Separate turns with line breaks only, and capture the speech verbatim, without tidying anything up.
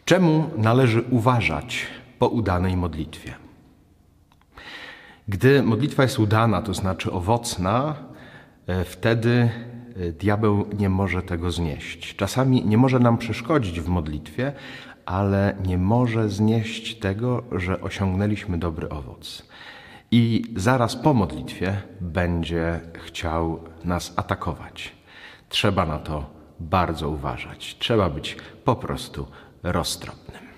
Czemu należy uważać po udanej modlitwie? Gdy modlitwa jest udana, to znaczy owocna, wtedy diabeł nie może tego znieść. Czasami nie może nam przeszkodzić w modlitwie, ale nie może znieść tego, że osiągnęliśmy dobry owoc. I zaraz po modlitwie będzie chciał nas atakować. Trzeba na to bardzo uważać. Trzeba być po prostu roztropnym.